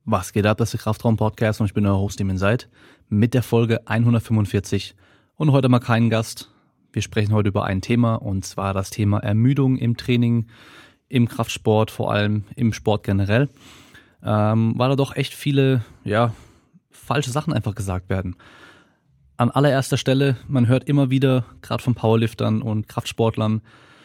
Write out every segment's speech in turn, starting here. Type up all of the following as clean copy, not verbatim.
Was geht ab? Das ist der Kraftraum-Podcast und ich bin euer Host Damien Seid mit der Folge 145 und heute mal keinen Gast. Wir sprechen heute über ein Thema und zwar das Thema Ermüdung im Training, im Kraftsport, vor allem im Sport generell, weil da doch echt viele falsche Sachen einfach gesagt werden. An allererster Stelle, man hört immer wieder, gerade von Powerliftern und Kraftsportlern,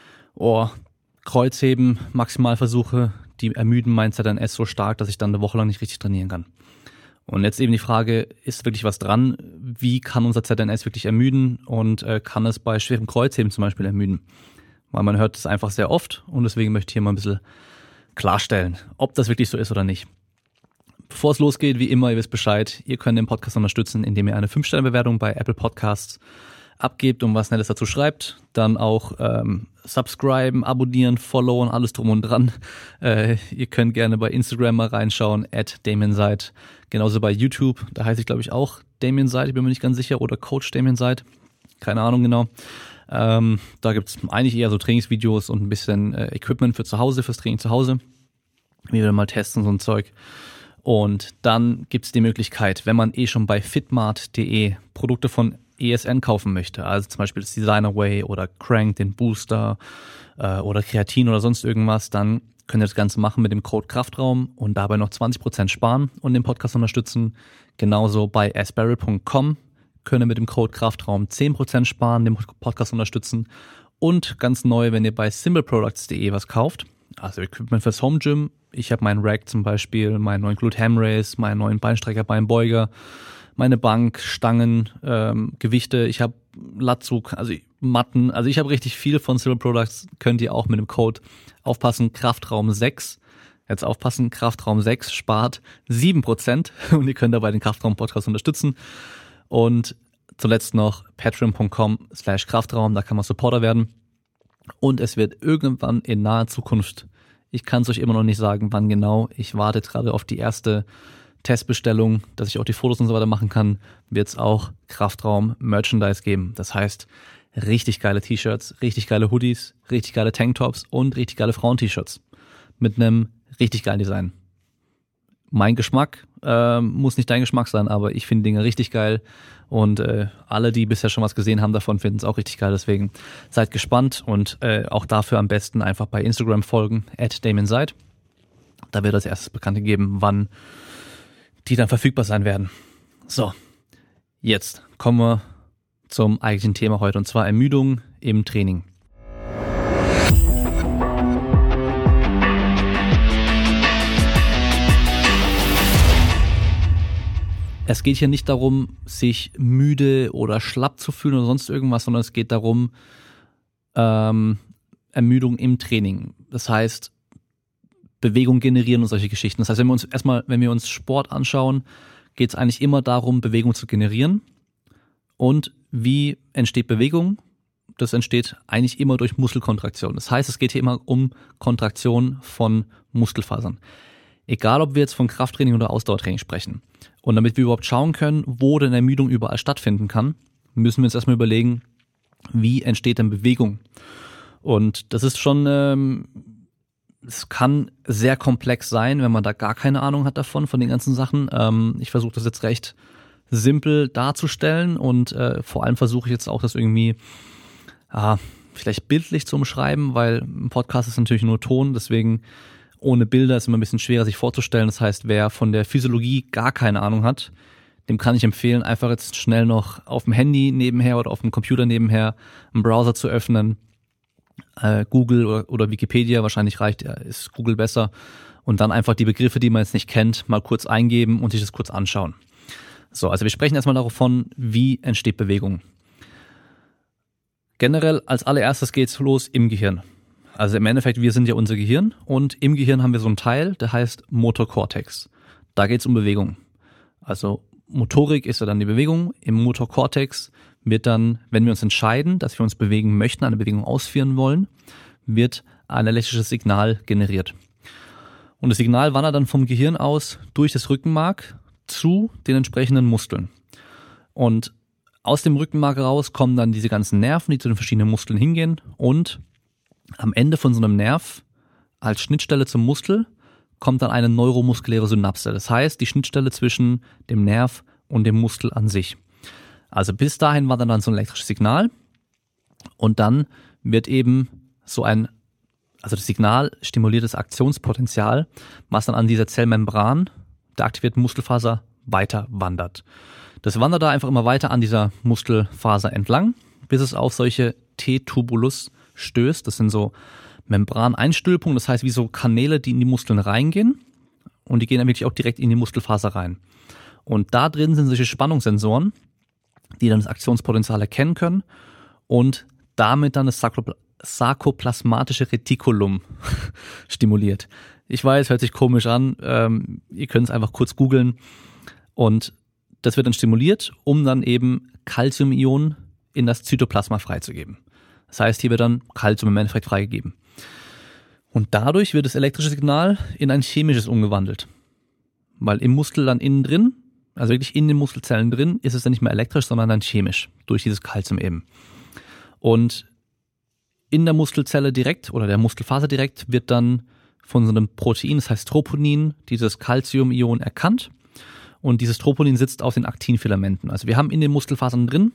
Kreuzheben, Maximalversuche, die ermüden mein ZNS so stark, dass ich dann eine Woche lang nicht richtig trainieren kann. Und jetzt eben die Frage, ist wirklich was dran? Wie kann unser ZNS wirklich ermüden und kann es bei schwerem Kreuzheben zum Beispiel ermüden? Weil man hört es einfach sehr oft und deswegen möchte ich hier mal ein bisschen klarstellen, ob das wirklich so ist oder nicht. Bevor es losgeht, wie immer, ihr wisst Bescheid, ihr könnt den Podcast unterstützen, indem ihr eine 5-Sterne-Bewertung bei Apple Podcasts abgebt und was Nettes dazu schreibt. Dann auch subscriben, abonnieren, followen, alles drum und dran. Ihr könnt gerne bei Instagram mal reinschauen, @DamienSeid. Genauso bei YouTube, da heiße ich glaube ich auch Damien Seid, ich bin mir nicht ganz sicher, oder Coach Damien Seid, keine Ahnung genau. Da gibt's eigentlich eher so Trainingsvideos und ein bisschen Equipment für zu Hause, fürs Training zu Hause. Wie wir mal testen, so ein Zeug. Und dann gibt's die Möglichkeit, wenn man schon bei fitmart.de Produkte von ESN kaufen möchte, also zum Beispiel das Designer Whey oder Crank, den Booster oder Kreatin oder sonst irgendwas, dann könnt ihr das Ganze machen mit dem Code Kraftraum und dabei noch 20% sparen und den Podcast unterstützen. Genauso bei asbarrel.com könnt ihr mit dem Code Kraftraum 10% sparen, den Podcast unterstützen. Und ganz neu, wenn ihr bei simpleproducts.de was kauft, also Equipment fürs Home Gym, ich habe meinen Rack zum Beispiel, meinen neuen Glute Ham Race, meinen neuen Beinstrecker, Beinbeuger, meine Bank, Stangen, Gewichte, ich habe Latzug, also Matten, also ich habe richtig viel von Simple Products, könnt ihr auch mit dem Code aufpassen, Kraftraum 6, jetzt aufpassen, Kraftraum 6 spart 7% und ihr könnt dabei den Kraftraum-Podcast unterstützen. Und zuletzt noch patreon.com/Kraftraum, da kann man Supporter werden. Und es wird irgendwann in naher Zukunft, ich kann es euch immer noch nicht sagen, wann genau, ich warte gerade auf die erste Testbestellung, dass ich auch die Fotos und so weiter machen kann, wird es auch Kraftraum Merchandise geben. Das heißt, richtig geile T-Shirts, richtig geile Hoodies, richtig geile Tanktops und richtig geile Frauen-T-Shirts mit einem richtig geilen Design. Mein Geschmack muss nicht dein Geschmack sein, aber ich finde Dinge richtig geil und alle, die bisher schon was gesehen haben davon, finden es auch richtig geil. Deswegen seid gespannt und auch dafür am besten einfach bei Instagram folgen, @DamienSeid. Da wird als erstes bekannt gegeben, wann die dann verfügbar sein werden. So, jetzt kommen wir zum eigentlichen Thema heute und zwar Ermüdung im Training. Es geht hier nicht darum, sich müde oder schlapp zu fühlen oder sonst irgendwas, sondern es geht darum, Ermüdung im Training. Das heißt, Bewegung generieren und solche Geschichten. Das heißt, wenn wir uns Sport anschauen, geht es eigentlich immer darum, Bewegung zu generieren. Und wie entsteht Bewegung? Das entsteht eigentlich immer durch Muskelkontraktion. Das heißt, es geht hier immer um Kontraktion von Muskelfasern. Egal, ob wir jetzt von Krafttraining oder Ausdauertraining sprechen. Und damit wir überhaupt schauen können, wo denn Ermüdung überall stattfinden kann, müssen wir uns erstmal überlegen, wie entsteht denn Bewegung? Und das ist schon, es kann sehr komplex sein, wenn man da gar keine Ahnung hat davon, von den ganzen Sachen. Ich versuche das jetzt recht simpel darzustellen und vor allem versuche ich jetzt auch, das irgendwie vielleicht bildlich zu umschreiben, weil ein Podcast ist natürlich nur Ton, deswegen ohne Bilder ist immer ein bisschen schwerer sich vorzustellen. Das heißt, wer von der Physiologie gar keine Ahnung hat, dem kann ich empfehlen, einfach jetzt schnell noch auf dem Handy nebenher oder auf dem Computer nebenher einen Browser zu öffnen, Google oder Wikipedia, wahrscheinlich ist Google besser, und dann einfach die Begriffe, die man jetzt nicht kennt, mal kurz eingeben und sich das kurz anschauen. So, also wir sprechen erstmal davon, wie entsteht Bewegung. Generell als allererstes geht's los im Gehirn. Also im Endeffekt, wir sind ja unser Gehirn und im Gehirn haben wir so einen Teil, der heißt Motorkortex. Da geht's um Bewegung. Also Motorik ist ja dann die Bewegung. Im Motorkortex wird dann, wenn wir uns entscheiden, dass wir uns bewegen möchten, eine Bewegung ausführen wollen, wird ein elektrisches Signal generiert. Und das Signal wandert dann vom Gehirn aus durch das Rückenmark zu den entsprechenden Muskeln. Und aus dem Rückenmark raus kommen dann diese ganzen Nerven, die zu den verschiedenen Muskeln hingehen, und am Ende von so einem Nerv als Schnittstelle zum Muskel kommt dann eine neuromuskuläre Synapse. Das heißt, die Schnittstelle zwischen dem Nerv und dem Muskel an sich. Also bis dahin war dann so ein elektrisches Signal und dann wird eben also das Signal stimuliert das Aktionspotenzial, was dann an dieser Zellmembran der aktivierten Muskelfaser weiter wandert. Das wandert da einfach immer weiter an dieser Muskelfaser entlang, bis es auf solche T-Tubulus stößt. Das sind so Membraneinstülpungen, das heißt wie so Kanäle, die in die Muskeln reingehen und die gehen dann wirklich auch direkt in die Muskelfaser rein. Und da drin sind solche Spannungssensoren, die dann das Aktionspotenzial erkennen können und damit dann das sarkoplasmatische Retikulum stimuliert. Ich weiß, hört sich komisch an, ihr könnt es einfach kurz googeln und das wird dann stimuliert, um dann eben Calciumionen in das Zytoplasma freizugeben. Das heißt, hier wird dann Calcium im Endeffekt freigegeben. Und dadurch wird das elektrische Signal in ein chemisches umgewandelt. Weil im Muskel dann innen drin, also wirklich in den Muskelzellen drin, ist es dann nicht mehr elektrisch, sondern dann chemisch, durch dieses Calcium eben. Und in der Muskelzelle direkt oder der Muskelfaser direkt wird dann von so einem Protein, das heißt Troponin, dieses Calciumion erkannt. Und dieses Troponin sitzt auf den Aktinfilamenten. Also wir haben in den Muskelfasern drin,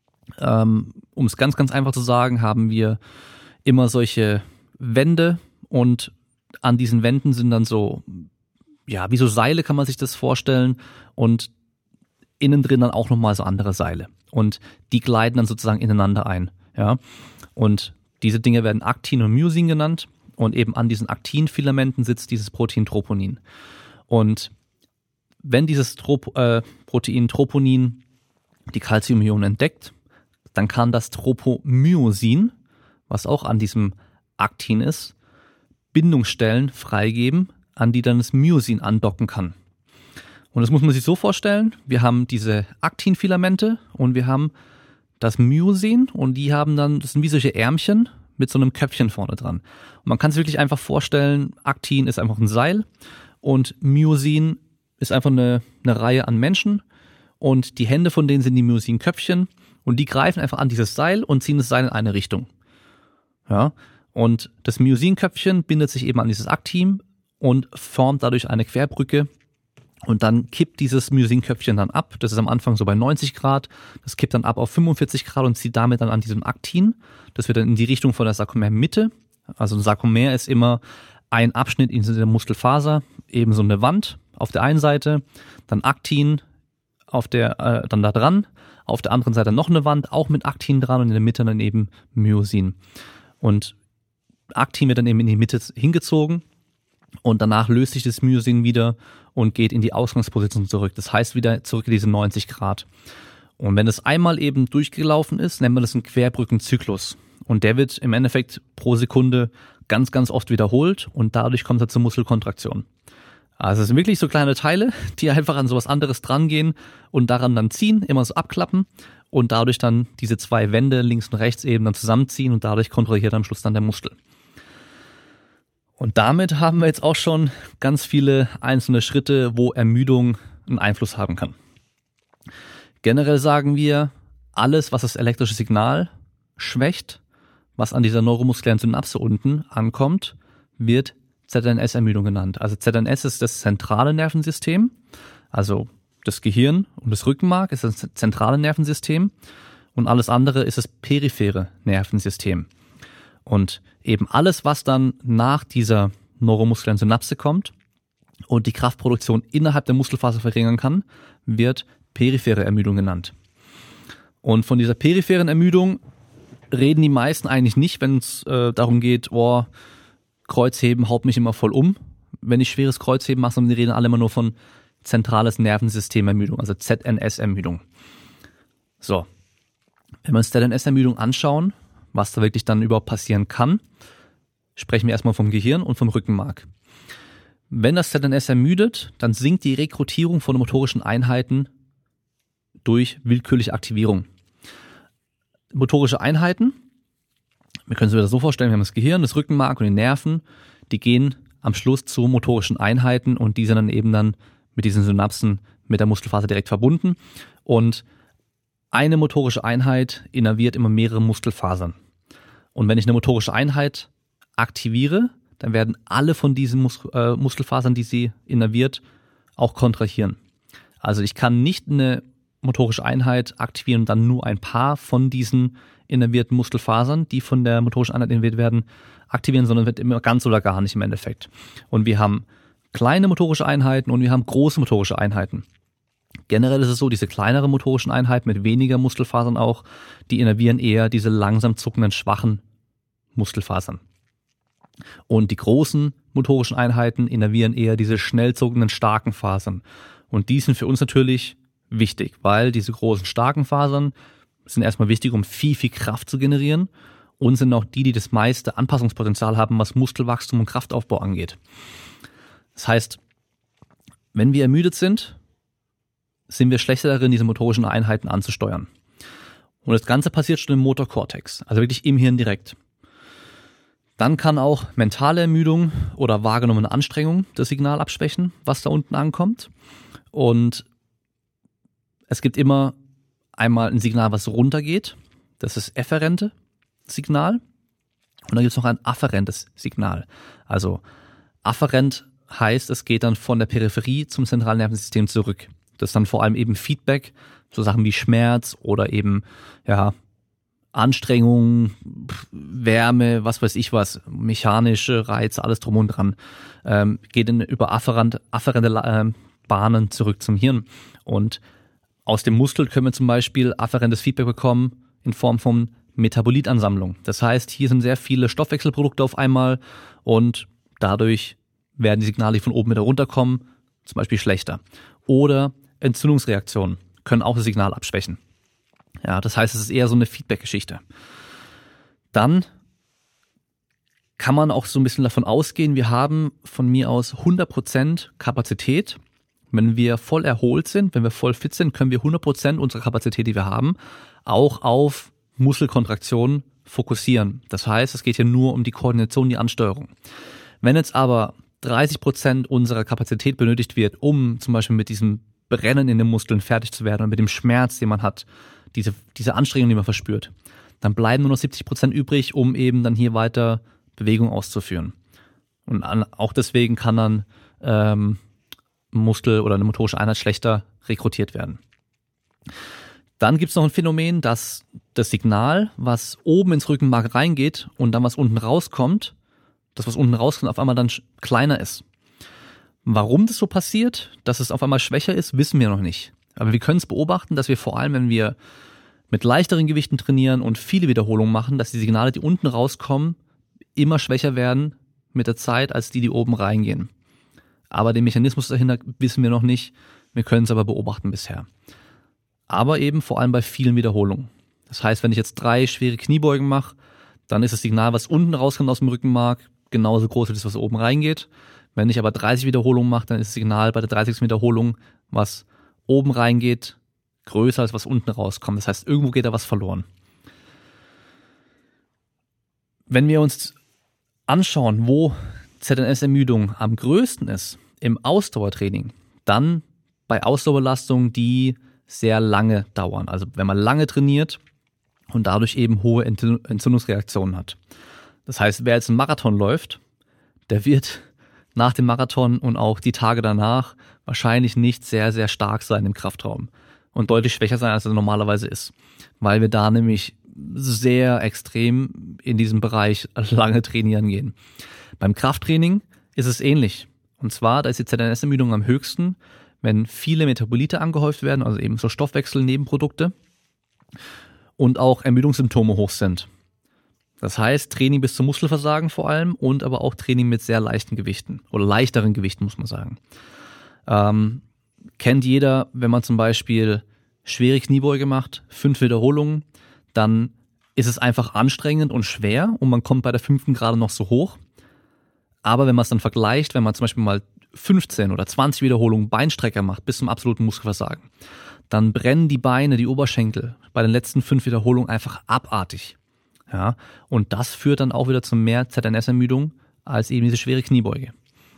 um es ganz, ganz einfach zu sagen, haben wir immer solche Wände und an diesen Wänden sind dann so, ja, wie so Seile kann man sich das vorstellen und innen drin dann auch nochmal so andere Seile. Und die gleiten dann sozusagen ineinander ein, ja. Und diese Dinge werden Aktin und Myosin genannt und eben an diesen Aktinfilamenten sitzt dieses Protein Troponin. Und wenn dieses Protein Troponin die Calciumionen entdeckt, dann kann das Tropomyosin, was auch an diesem Aktin ist, Bindungsstellen freigeben, an die dann das Myosin andocken kann. Und das muss man sich so vorstellen, wir haben diese Aktinfilamente und wir haben das Myosin und die haben dann, das sind wie solche Ärmchen mit so einem Köpfchen vorne dran. Und man kann sich wirklich einfach vorstellen, Aktin ist einfach ein Seil und Myosin ist einfach eine Reihe an Menschen und die Hände von denen sind die Myosin-Köpfchen und die greifen einfach an dieses Seil und ziehen das Seil in eine Richtung. Ja, und das Myosin-Köpfchen bindet sich eben an dieses Aktin und formt dadurch eine Querbrücke und dann kippt dieses Myosin-Köpfchen dann ab. Das ist am Anfang so bei 90 Grad, das kippt dann ab auf 45 Grad und zieht damit dann an diesem Aktin. Das wird dann in die Richtung von der Sarkomermitte. Also ein Sarkomer ist immer ein Abschnitt in der Muskelfaser, eben so eine Wand auf der einen Seite, dann Aktin dann da dran, auf der anderen Seite noch eine Wand, auch mit Aktin dran und in der Mitte dann eben Myosin. Und Aktin wird dann eben in die Mitte hingezogen und danach löst sich das Myosin wieder und geht in die Ausgangsposition zurück. Das heißt wieder zurück in diese 90 Grad. Und wenn das einmal eben durchgelaufen ist, nennt man das einen Querbrückenzyklus. Und der wird im Endeffekt pro Sekunde ganz, ganz oft wiederholt und dadurch kommt es zur Muskelkontraktion. Also es sind wirklich so kleine Teile, die einfach an sowas anderes drangehen und daran dann ziehen, immer so abklappen und dadurch dann diese zwei Wände links und rechts eben dann zusammenziehen und dadurch kontrolliert am Schluss dann der Muskel. Und damit haben wir jetzt auch schon ganz viele einzelne Schritte, wo Ermüdung einen Einfluss haben kann. Generell sagen wir, alles, was das elektrische Signal schwächt, was an dieser neuromuskulären Synapse unten ankommt, wird ZNS-Ermüdung genannt. Also ZNS ist das zentrale Nervensystem, also das Gehirn und das Rückenmark ist das zentrale Nervensystem und alles andere ist das periphere Nervensystem. Und eben alles, was dann nach dieser neuromuskulären Synapse kommt und die Kraftproduktion innerhalb der Muskelfaser verringern kann, wird periphere Ermüdung genannt. Und von dieser peripheren Ermüdung reden die meisten eigentlich nicht, wenn es darum geht, Kreuzheben haut mich immer voll um, wenn ich schweres Kreuzheben mache, sondern die reden alle immer nur von zentrales Nervensystemermüdung, also ZNS-Ermüdung. So, wenn wir uns ZNS-Ermüdung anschauen, was da wirklich dann überhaupt passieren kann, sprechen wir erstmal vom Gehirn und vom Rückenmark. Wenn das ZNS ermüdet, dann sinkt die Rekrutierung von motorischen Einheiten durch willkürliche Aktivierung. Motorische Einheiten, wir können es wieder so vorstellen, wir haben das Gehirn, das Rückenmark und die Nerven, die gehen am Schluss zu motorischen Einheiten und die sind dann eben dann mit diesen Synapsen mit der Muskelfaser direkt verbunden und eine motorische Einheit innerviert immer mehrere Muskelfasern. Und wenn ich eine motorische Einheit aktiviere, dann werden alle von diesen Muskelfasern, die sie innerviert, auch kontrahieren. Also ich kann nicht eine motorische Einheit aktivieren und dann nur ein paar von diesen innervierten Muskelfasern, die von der motorischen Einheit innerviert werden, aktivieren, sondern wird immer ganz oder gar nicht im Endeffekt. Und wir haben kleine motorische Einheiten und wir haben große motorische Einheiten. Generell ist es so, diese kleineren motorischen Einheiten mit weniger Muskelfasern auch, die innervieren eher diese langsam zuckenden, schwachen Muskelfasern. Und die großen motorischen Einheiten innervieren eher diese schnell zuckenden, starken Fasern. Und die sind für uns natürlich wichtig, weil diese großen, starken Fasern sind erstmal wichtig, um viel, viel Kraft zu generieren und sind auch die das meiste Anpassungspotenzial haben, was Muskelwachstum und Kraftaufbau angeht. Das heißt, wenn wir ermüdet sind wir schlechter darin, diese motorischen Einheiten anzusteuern. Und das Ganze passiert schon im Motorkortex, also wirklich im Hirn direkt. Dann kann auch mentale Ermüdung oder wahrgenommene Anstrengung das Signal abschwächen, was da unten ankommt. Und es gibt immer einmal ein Signal, was runtergeht. Das ist efferente Signal. Und dann gibt es noch ein afferentes Signal. Also afferent heißt, es geht dann von der Peripherie zum zentralen Nervensystem zurück. Das ist dann vor allem eben Feedback, so Sachen wie Schmerz oder eben Anstrengung, Wärme, was weiß ich was, mechanische Reize, alles drum und dran, geht dann über afferente Bahnen zurück zum Hirn. Und aus dem Muskel können wir zum Beispiel afferentes Feedback bekommen in Form von Metabolitansammlung. Das heißt, hier sind sehr viele Stoffwechselprodukte auf einmal und dadurch werden die Signale, die von oben wieder runterkommen, zum Beispiel schlechter. Oder Entzündungsreaktionen können auch das Signal abschwächen. Ja, das heißt, es ist eher so eine Feedback-Geschichte. Dann kann man auch so ein bisschen davon ausgehen, wir haben von mir aus 100% Kapazität. Wenn wir voll erholt sind, wenn wir voll fit sind, können wir 100% unserer Kapazität, die wir haben, auch auf Muskelkontraktion fokussieren. Das heißt, es geht hier nur um die Koordination, die Ansteuerung. Wenn jetzt aber 30% unserer Kapazität benötigt wird, um zum Beispiel mit diesem Brennen in den Muskeln fertig zu werden und mit dem Schmerz, den man hat, diese Anstrengung, die man verspürt, dann bleiben nur noch 70% übrig, um eben dann hier weiter Bewegung auszuführen. Und auch deswegen kann dann Muskel oder eine motorische Einheit schlechter rekrutiert werden. Dann gibt es noch ein Phänomen, dass das Signal, was oben ins Rückenmark reingeht und dann was unten rauskommt, das, was unten rauskommt, auf einmal dann kleiner ist. Warum das so passiert, dass es auf einmal schwächer ist, wissen wir noch nicht. Aber wir können es beobachten, dass wir vor allem, wenn wir mit leichteren Gewichten trainieren und viele Wiederholungen machen, dass die Signale, die unten rauskommen, immer schwächer werden mit der Zeit, als die oben reingehen. Aber den Mechanismus dahinter wissen wir noch nicht. Wir können es aber beobachten bisher. Aber eben vor allem bei vielen Wiederholungen. Das heißt, wenn ich jetzt 3 schwere Kniebeugen mache, dann ist das Signal, was unten rauskommt aus dem Rückenmark, genauso groß wie das, was oben reingeht. Wenn ich aber 30 Wiederholungen mache, dann ist das Signal bei der 30. Wiederholung, was oben reingeht, größer als was unten rauskommt. Das heißt, irgendwo geht da was verloren. Wenn wir uns anschauen, wo ZNS-Ermüdung am größten ist, im Ausdauertraining, dann bei Ausdauerlastungen, die sehr lange dauern. Also wenn man lange trainiert und dadurch eben hohe Entzündungsreaktionen hat. Das heißt, wer jetzt einen Marathon läuft, der wird nach dem Marathon und auch die Tage danach wahrscheinlich nicht sehr, sehr stark sein im Kraftraum und deutlich schwächer sein, als er normalerweise ist, weil wir da nämlich sehr extrem in diesem Bereich lange trainieren gehen. Beim Krafttraining ist es ähnlich. Und zwar, da ist die ZNS-Ermüdung am höchsten, wenn viele Metabolite angehäuft werden, also eben so Stoffwechselnebenprodukte und auch Ermüdungssymptome hoch sind. Das heißt, Training bis zum Muskelversagen vor allem und aber auch Training mit sehr leichten Gewichten oder leichteren Gewichten, muss man sagen. Kennt jeder, wenn man zum Beispiel schwere Kniebeuge macht, 5 Wiederholungen, dann ist es einfach anstrengend und schwer und man kommt bei der 5. gerade noch so hoch. Aber wenn man es dann vergleicht, wenn man zum Beispiel mal 15 oder 20 Wiederholungen Beinstrecker macht bis zum absoluten Muskelversagen, dann brennen die Beine, die Oberschenkel bei den letzten 5 Wiederholungen einfach abartig. Ja, und das führt dann auch wieder zu mehr ZNS-Ermüdung als eben diese schwere Kniebeuge.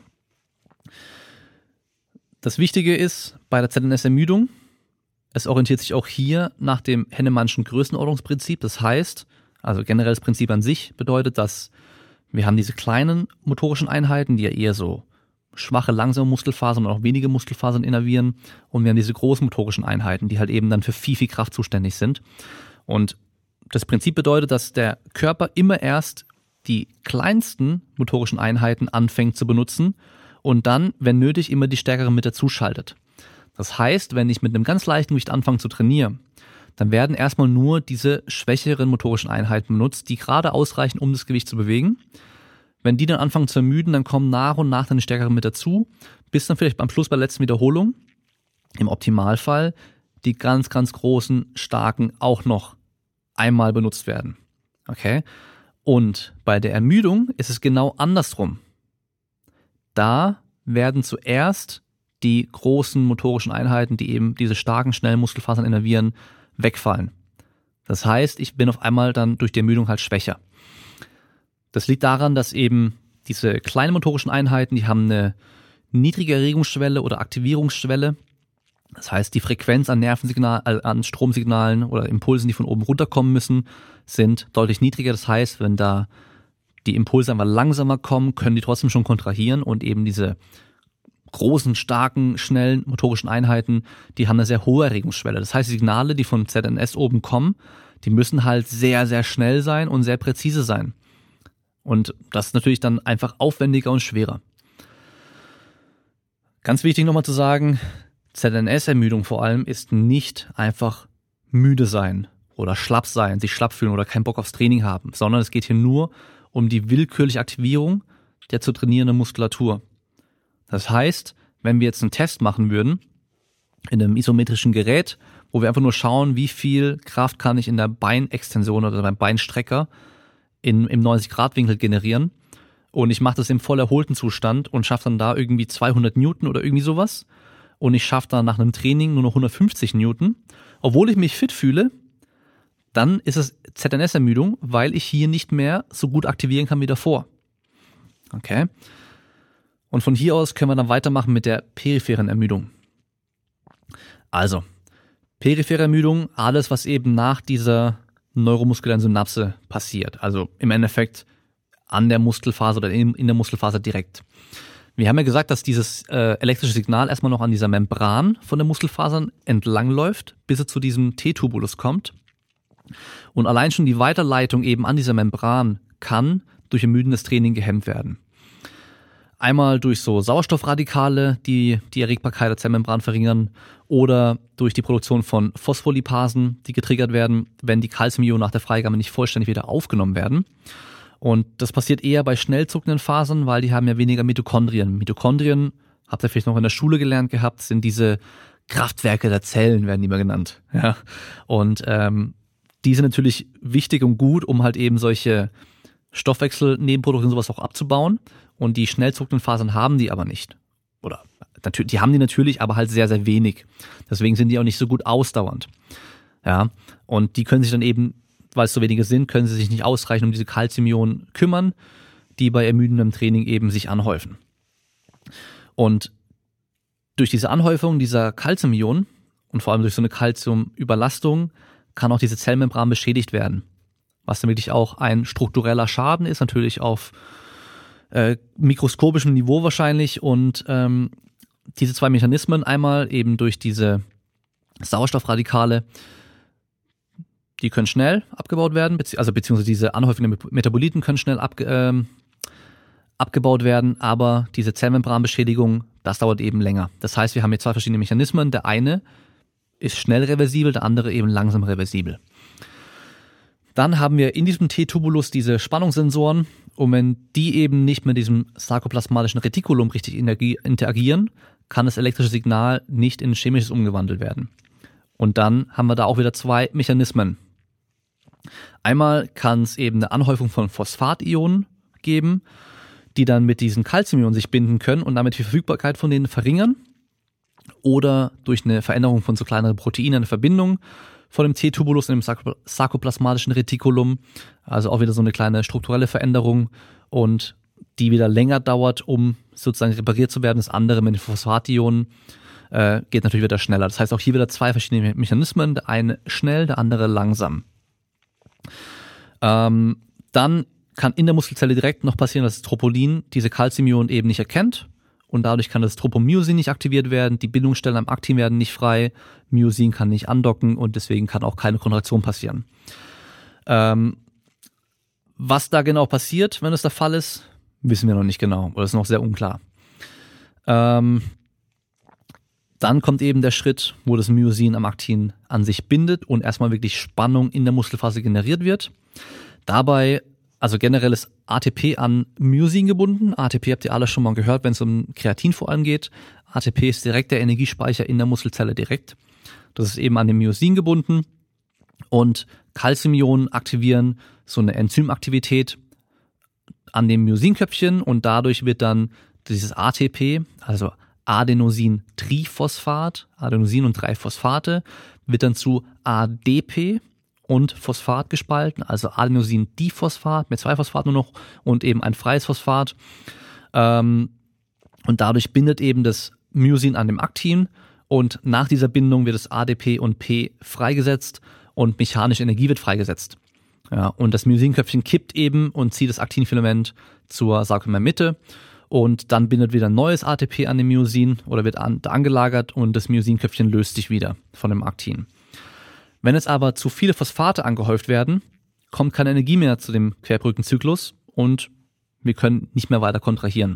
Das Wichtige ist bei der ZNS-Ermüdung, es orientiert sich auch hier nach dem Hennemannschen Größenordnungsprinzip. Das heißt, also generell das Prinzip an sich bedeutet, dass Wir haben diese kleinen motorischen Einheiten, die ja eher so schwache, langsame Muskelfasern und auch wenige Muskelfasern innervieren. Und wir haben diese großen motorischen Einheiten, die halt eben dann für viel, viel Kraft zuständig sind. Und das Prinzip bedeutet, dass der Körper immer erst die kleinsten motorischen Einheiten anfängt zu benutzen und dann, wenn nötig, immer die stärkeren mit dazuschaltet. Das heißt, wenn ich mit einem ganz leichten Gewicht anfange zu trainieren, dann werden erstmal nur diese schwächeren motorischen Einheiten benutzt, die gerade ausreichen, um das Gewicht zu bewegen. Wenn die dann anfangen zu ermüden, dann kommen nach und nach dann die stärkeren mit dazu, bis dann vielleicht am Schluss bei der letzten Wiederholung, im Optimalfall, die ganz, ganz großen, starken auch noch einmal benutzt werden. Okay? Und bei der Ermüdung ist es genau andersrum. Da werden zuerst die großen motorischen Einheiten, die eben diese starken, schnellen Muskelfasern innervieren, wegfallen. Das heißt, ich bin auf einmal dann durch die Ermüdung halt schwächer. Das liegt daran, dass eben diese kleinen motorischen Einheiten, die haben eine niedrige Erregungsschwelle oder Aktivierungsschwelle. Das heißt, die Frequenz an an Stromsignalen oder Impulsen, die von oben runterkommen müssen, sind deutlich niedriger. Das heißt, wenn da die Impulse einfach langsamer kommen, können die trotzdem schon kontrahieren und eben diese großen, starken, schnellen motorischen Einheiten, die haben eine sehr hohe Erregungsschwelle. Das heißt, die Signale, die von ZNS oben kommen, die müssen halt sehr, sehr schnell sein und sehr präzise sein. Und das ist natürlich dann einfach aufwendiger und schwerer. Ganz wichtig nochmal zu sagen, ZNS-Ermüdung vor allem ist nicht einfach müde sein oder schlapp sein, sich schlapp fühlen oder keinen Bock aufs Training haben, sondern es geht hier nur um die willkürliche Aktivierung der zu trainierenden Muskulatur. Das heißt, wenn wir jetzt einen Test machen würden, in einem isometrischen Gerät, wo wir einfach nur schauen, wie viel Kraft kann ich in der Beinextension oder beim Beinstrecker im 90-Grad-Winkel generieren und ich mache das im voll erholten Zustand und schaffe dann da irgendwie 200 Newton oder irgendwie sowas und ich schaffe dann nach einem Training nur noch 150 Newton, obwohl ich mich fit fühle, dann ist es ZNS-Ermüdung, weil ich hier nicht mehr so gut aktivieren kann wie davor. Okay? Und von hier aus können wir dann weitermachen mit der peripheren Ermüdung. Also, periphere Ermüdung, alles, was eben nach dieser neuromuskulären Synapse passiert. Also im Endeffekt an der Muskelfaser oder in der Muskelfaser direkt. Wir haben ja gesagt, dass dieses elektrische Signal erstmal noch an dieser Membran von den Muskelfasern entlangläuft, bis es zu diesem T-Tubulus kommt. Und allein schon die Weiterleitung eben an dieser Membran kann durch ermüdendes Training gehemmt werden. Einmal durch so Sauerstoffradikale, die die Erregbarkeit der Zellmembran verringern, oder durch die Produktion von Phospholipasen, die getriggert werden, wenn die Calciumionen nach der Freigabe nicht vollständig wieder aufgenommen werden. Und das passiert eher bei schnell zuckenden Fasern, weil die haben ja weniger Mitochondrien. Mitochondrien, habt ihr vielleicht noch in der Schule gelernt gehabt, sind diese Kraftwerke der Zellen, werden die mal genannt. Ja. Und die sind natürlich wichtig und gut, um halt eben solche Stoffwechselnebenprodukte und sowas auch abzubauen. Und die schnell zuckenden Fasern haben die aber nicht. Oder die haben die natürlich, aber halt sehr, sehr wenig. Deswegen sind die auch nicht so gut ausdauernd. Ja. Und die können sich dann eben, weil es so wenige sind, können sie sich nicht ausreichend um diese Calciumionen kümmern, die bei ermüdendem Training eben sich anhäufen. Und durch diese Anhäufung dieser Calciumionen und vor allem durch so eine Calciumüberlastung kann auch diese Zellmembran beschädigt werden. Was dann wirklich auch ein struktureller Schaden ist, natürlich auf mikroskopischem Niveau wahrscheinlich. Und diese zwei Mechanismen, einmal eben durch diese Sauerstoffradikale, die können schnell abgebaut werden, beziehungsweise diese anhäufenden Metaboliten können schnell abgebaut werden, aber diese Zellmembranbeschädigung, das dauert eben länger. Das heißt, wir haben hier zwei verschiedene Mechanismen. Der eine ist schnell reversibel, der andere eben langsam reversibel. Dann haben wir in diesem T-Tubulus diese Spannungssensoren und wenn die eben nicht mit diesem sarkoplasmatischen Retikulum richtig interagieren, kann das elektrische Signal nicht in chemisches umgewandelt werden. Und dann haben wir da auch wieder zwei Mechanismen. Einmal kann es eben eine Anhäufung von Phosphationen geben, die dann mit diesen Calciumionen sich binden können und damit die Verfügbarkeit von denen verringern. Oder durch eine Veränderung von so kleineren Proteinen, eine Verbindung von dem T-Tubulus in dem sarkoplasmatischen Retikulum. Also auch wieder so eine kleine strukturelle Veränderung und die wieder länger dauert, um sozusagen repariert zu werden. Das andere mit den Phosphationen geht natürlich wieder schneller. Das heißt auch hier wieder zwei verschiedene Mechanismen. Der eine schnell, der andere langsam. Dann kann in der Muskelzelle direkt noch passieren, dass das Troponin diese Calciumionen eben nicht erkennt und dadurch kann das Tropomyosin nicht aktiviert werden, die Bindungsstellen am Aktin werden nicht frei, Myosin kann nicht andocken und deswegen kann auch keine Kontraktion passieren. Was da genau passiert, wenn es der Fall ist, wissen wir noch nicht genau oder ist noch sehr unklar. Dann kommt eben der Schritt, wo das Myosin am Aktin an sich bindet und erstmal wirklich Spannung in der Muskelfaser generiert wird. Dabei, also generell ist ATP an Myosin gebunden. ATP habt ihr alle schon mal gehört, wenn es um Kreatin vor allem geht. ATP ist direkt der Energiespeicher in der Muskelzelle direkt. Das ist eben an dem Myosin gebunden. Und Calciumionen aktivieren so eine Enzymaktivität an dem Myosinköpfchen und dadurch wird dann dieses ATP, also Adenosin-Triphosphat, Adenosin und 3 Phosphate, wird dann zu ADP und Phosphat gespalten, also Adenosin-Diphosphat mit 2 Phosphaten nur noch und eben ein freies Phosphat. Und dadurch bindet eben das Myosin an dem Aktin und nach dieser Bindung wird das ADP und P freigesetzt und mechanische Energie wird freigesetzt. Ja, und das Myosinköpfchen kippt eben und zieht das Aktinfilament zur Sarkomermitte und dann bindet wieder ein neues ATP an dem Myosin oder wird angelagert und das Myosinköpfchen löst sich wieder von dem Aktin. Wenn jetzt aber zu viele Phosphate angehäuft werden, kommt keine Energie mehr zu dem Querbrückenzyklus und wir können nicht mehr weiter kontrahieren.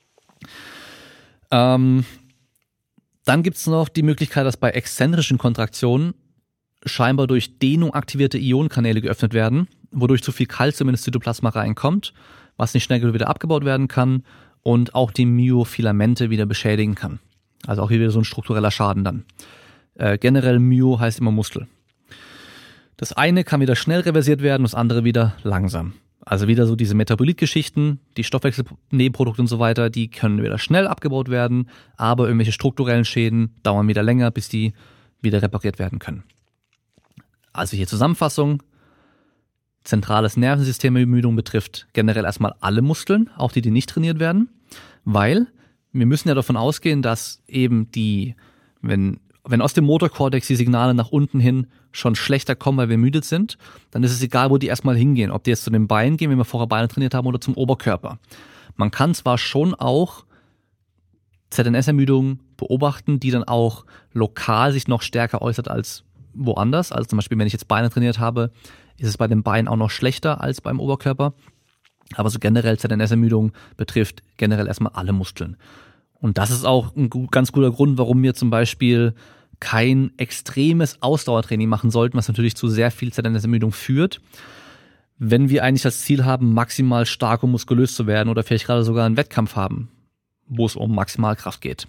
Dann gibt es noch die Möglichkeit, dass bei exzentrischen Kontraktionen scheinbar durch Dehnung aktivierte Ionenkanäle geöffnet werden, wodurch zu viel Calcium in das Zytoplasma reinkommt, was nicht schnell wieder abgebaut werden kann und auch die Myofilamente wieder beschädigen kann. Also auch hier wieder so ein struktureller Schaden dann. Generell Myo heißt immer Muskel. Das eine kann wieder schnell reversiert werden, das andere wieder langsam. Also wieder so diese Metabolitgeschichten, die Stoffwechselnebenprodukte und so weiter, die können wieder schnell abgebaut werden, aber irgendwelche strukturellen Schäden dauern wieder länger, bis die wieder repariert werden können. Also hier Zusammenfassung. Zentrales Nervensystem-Ermüdung betrifft generell erstmal alle Muskeln, auch die nicht trainiert werden, weil wir müssen ja davon ausgehen, dass eben wenn aus dem Motorkortex die Signale nach unten hin schon schlechter kommen, weil wir müde sind, dann ist es egal, wo die erstmal hingehen. Ob die jetzt zu den Beinen gehen, wenn wir vorher Beine trainiert haben, oder zum Oberkörper. Man kann zwar schon auch ZNS-Ermüdungen beobachten, die dann auch lokal sich noch stärker äußert als woanders. Also zum Beispiel, wenn ich jetzt Beine trainiert habe, ist es bei den Beinen auch noch schlechter als beim Oberkörper. Aber so generell ZNS-Ermüdung betrifft generell erstmal alle Muskeln. Und das ist auch ein ganz guter Grund, warum wir zum Beispiel kein extremes Ausdauertraining machen sollten, was natürlich zu sehr viel ZNS-Ermüdung führt, wenn wir eigentlich das Ziel haben, maximal stark und muskulös zu werden oder vielleicht gerade sogar einen Wettkampf haben, wo es um Maximalkraft geht.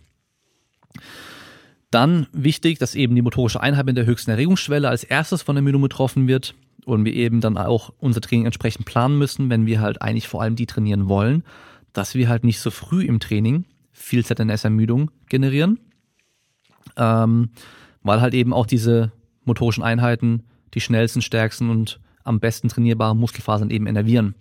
Dann wichtig, dass eben die motorische Einheit mit der höchsten Erregungsschwelle als erstes von Ermüdung betroffen wird und wir eben dann auch unser Training entsprechend planen müssen, wenn wir halt eigentlich vor allem die trainieren wollen, dass wir halt nicht so früh im Training viel ZNS-Ermüdung generieren, weil halt eben auch diese motorischen Einheiten die schnellsten, stärksten und am besten trainierbaren Muskelfasern eben innervieren.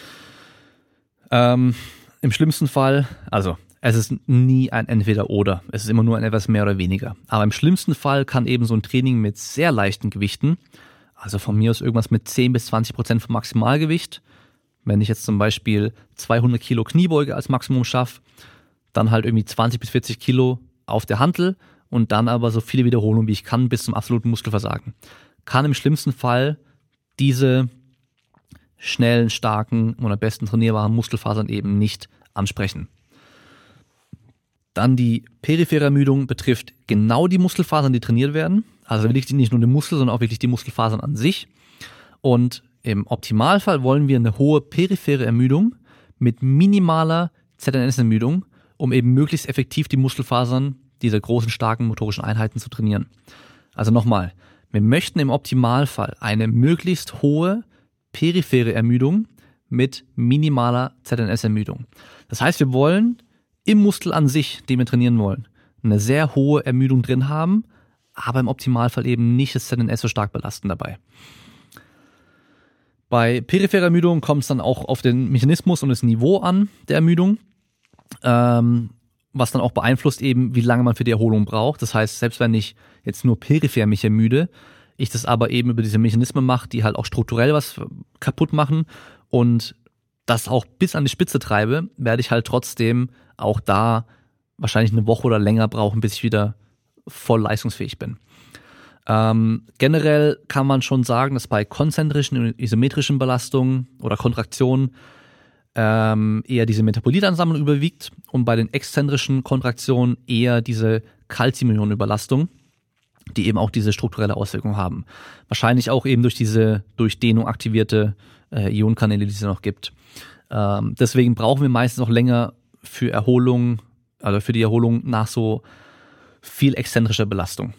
Im schlimmsten Fall, also es ist nie ein Entweder-Oder, es ist immer nur ein etwas mehr oder weniger. Aber im schlimmsten Fall kann eben so ein Training mit sehr leichten Gewichten, also von mir aus irgendwas mit 10-20% vom Maximalgewicht, wenn ich jetzt zum Beispiel 200 Kilo Kniebeuge als Maximum schaffe, dann halt irgendwie 20-40 Kilo auf der Hantel und dann aber so viele Wiederholungen wie ich kann bis zum absoluten Muskelversagen. Kann im schlimmsten Fall diese schnellen, starken und am besten trainierbaren Muskelfasern eben nicht ansprechen. Dann die periphere Ermüdung betrifft genau die Muskelfasern, die trainiert werden. Also wirklich nicht nur den Muskel, sondern auch wirklich die Muskelfasern an sich. Und im Optimalfall wollen wir eine hohe periphere Ermüdung mit minimaler ZNS-Ermüdung, um eben möglichst effektiv die Muskelfasern dieser großen, starken motorischen Einheiten zu trainieren. Also nochmal, wir möchten im Optimalfall eine möglichst hohe periphere Ermüdung mit minimaler ZNS-Ermüdung. Das heißt, wir wollen im Muskel an sich, den wir trainieren wollen, eine sehr hohe Ermüdung drin haben, aber im Optimalfall eben nicht das ZNS so stark belasten dabei. Bei peripherer Ermüdung kommt es dann auch auf den Mechanismus und das Niveau an der Ermüdung, was dann auch beeinflusst eben, wie lange man für die Erholung braucht. Das heißt, selbst wenn ich jetzt nur peripher mich ermüde, ich das aber eben über diese Mechanismen mache, die halt auch strukturell was kaputt machen und das auch bis an die Spitze treibe, werde ich halt trotzdem auch da wahrscheinlich eine Woche oder länger brauchen, bis ich wieder voll leistungsfähig bin. Generell kann man schon sagen, dass bei konzentrischen und isometrischen Belastungen oder Kontraktionen eher diese Metabolitenansammlung überwiegt und bei den exzentrischen Kontraktionen eher diese Calcium-Ionen-Überlastung, die eben auch diese strukturelle Auswirkung haben. Wahrscheinlich auch eben durch diese durch Dehnung aktivierte Ionenkanäle, die es noch gibt. Deswegen brauchen wir meistens auch länger für Erholung, also für die Erholung nach so viel exzentrischer Belastung.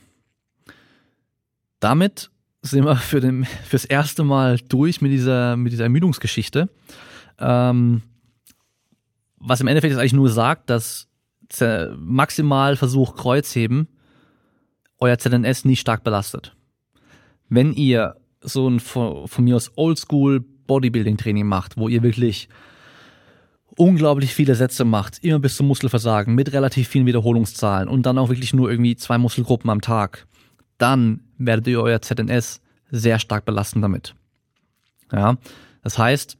Damit sind wir fürs erste Mal durch mit dieser Ermüdungsgeschichte. Was im Endeffekt jetzt eigentlich nur sagt, dass maximal Versuch Kreuzheben euer ZNS nicht stark belastet. Wenn ihr so ein von mir aus Oldschool Bodybuilding Training macht, wo ihr wirklich unglaublich viele Sätze macht, immer bis zum Muskelversagen mit relativ vielen Wiederholungszahlen und dann auch wirklich nur irgendwie 2 Muskelgruppen am Tag, dann werdet ihr euer ZNS sehr stark belasten damit. Ja, das heißt,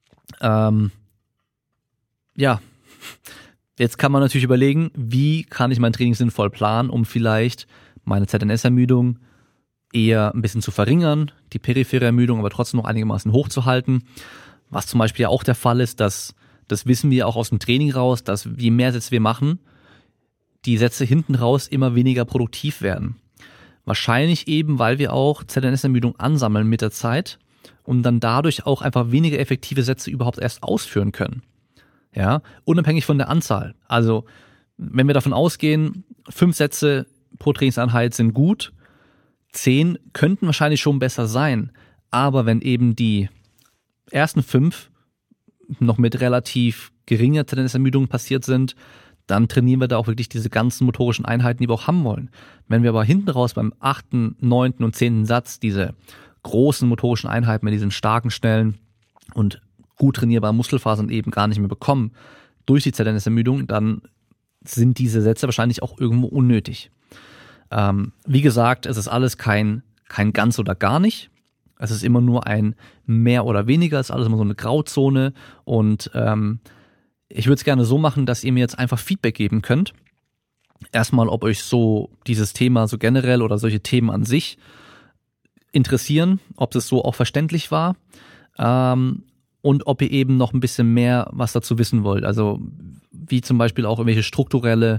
jetzt kann man natürlich überlegen, wie kann ich mein Training sinnvoll planen, um vielleicht meine ZNS-Ermüdung eher ein bisschen zu verringern, die periphere Ermüdung aber trotzdem noch einigermaßen hochzuhalten. Was zum Beispiel ja auch der Fall ist, das wissen wir auch aus dem Training raus, dass je mehr Sätze wir machen, die Sätze hinten raus immer weniger produktiv werden. Wahrscheinlich eben, weil wir auch ZNS-Ermüdung ansammeln mit der Zeit und dann dadurch auch einfach weniger effektive Sätze überhaupt erst ausführen können. Ja, unabhängig von der Anzahl. Also, wenn wir davon ausgehen, 5 Sätze pro Trainingseinheit sind gut, 10 könnten wahrscheinlich schon besser sein, aber wenn eben die ersten 5 noch mit relativ geringer ZNS-Ermüdung passiert sind, dann trainieren wir da auch wirklich diese ganzen motorischen Einheiten, die wir auch haben wollen. Wenn wir aber hinten raus beim 8., 9. und 10. Satz diese großen motorischen Einheiten mit diesen starken, schnellen und gut trainierbaren Muskelfasern eben gar nicht mehr bekommen durch die ZNS-Ermüdung, dann sind diese Sätze wahrscheinlich auch irgendwo unnötig. Wie gesagt, es ist alles kein ganz oder gar nicht. Es ist immer nur ein mehr oder weniger, es ist alles immer so eine Grauzone und ich würde es gerne so machen, dass ihr mir jetzt einfach Feedback geben könnt. Erstmal, ob euch so dieses Thema so generell oder solche Themen an sich interessieren, ob das so auch verständlich war und ob ihr eben noch ein bisschen mehr was dazu wissen wollt. Also wie zum Beispiel auch irgendwelche strukturelle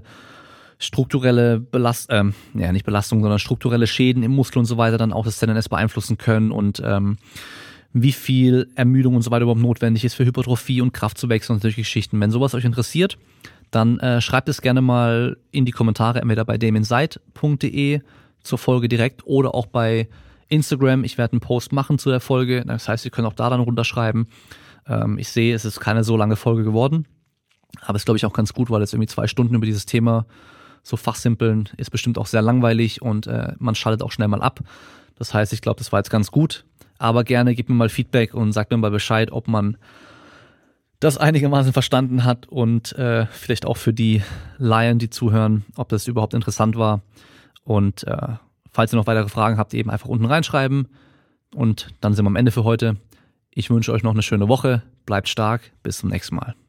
nicht Belastung, sondern strukturelle Schäden im Muskel und so weiter dann auch das ZNS beeinflussen können und wie viel Ermüdung und so weiter überhaupt notwendig ist für Hypertrophie und Kraftzuwächse und solche Geschichten. Wenn sowas euch interessiert, dann schreibt es gerne mal in die Kommentare, entweder bei damienseid.de zur Folge direkt oder auch bei Instagram. Ich werde einen Post machen zu der Folge. Das heißt, ihr könnt auch da dann runterschreiben. Ich sehe, es ist keine so lange Folge geworden, aber es ist, glaube ich, auch ganz gut, weil jetzt irgendwie 2 Stunden über dieses Thema so fachsimpeln ist bestimmt auch sehr langweilig und man schaltet auch schnell mal ab. Das heißt, ich glaube, das war jetzt ganz gut. Aber gerne gebt mir mal Feedback und sagt mir mal Bescheid, ob man das einigermaßen verstanden hat und vielleicht auch für die Laien, die zuhören, ob das überhaupt interessant war. Und falls ihr noch weitere Fragen habt, eben einfach unten reinschreiben. Und dann sind wir am Ende für heute. Ich wünsche euch noch eine schöne Woche. Bleibt stark. Bis zum nächsten Mal.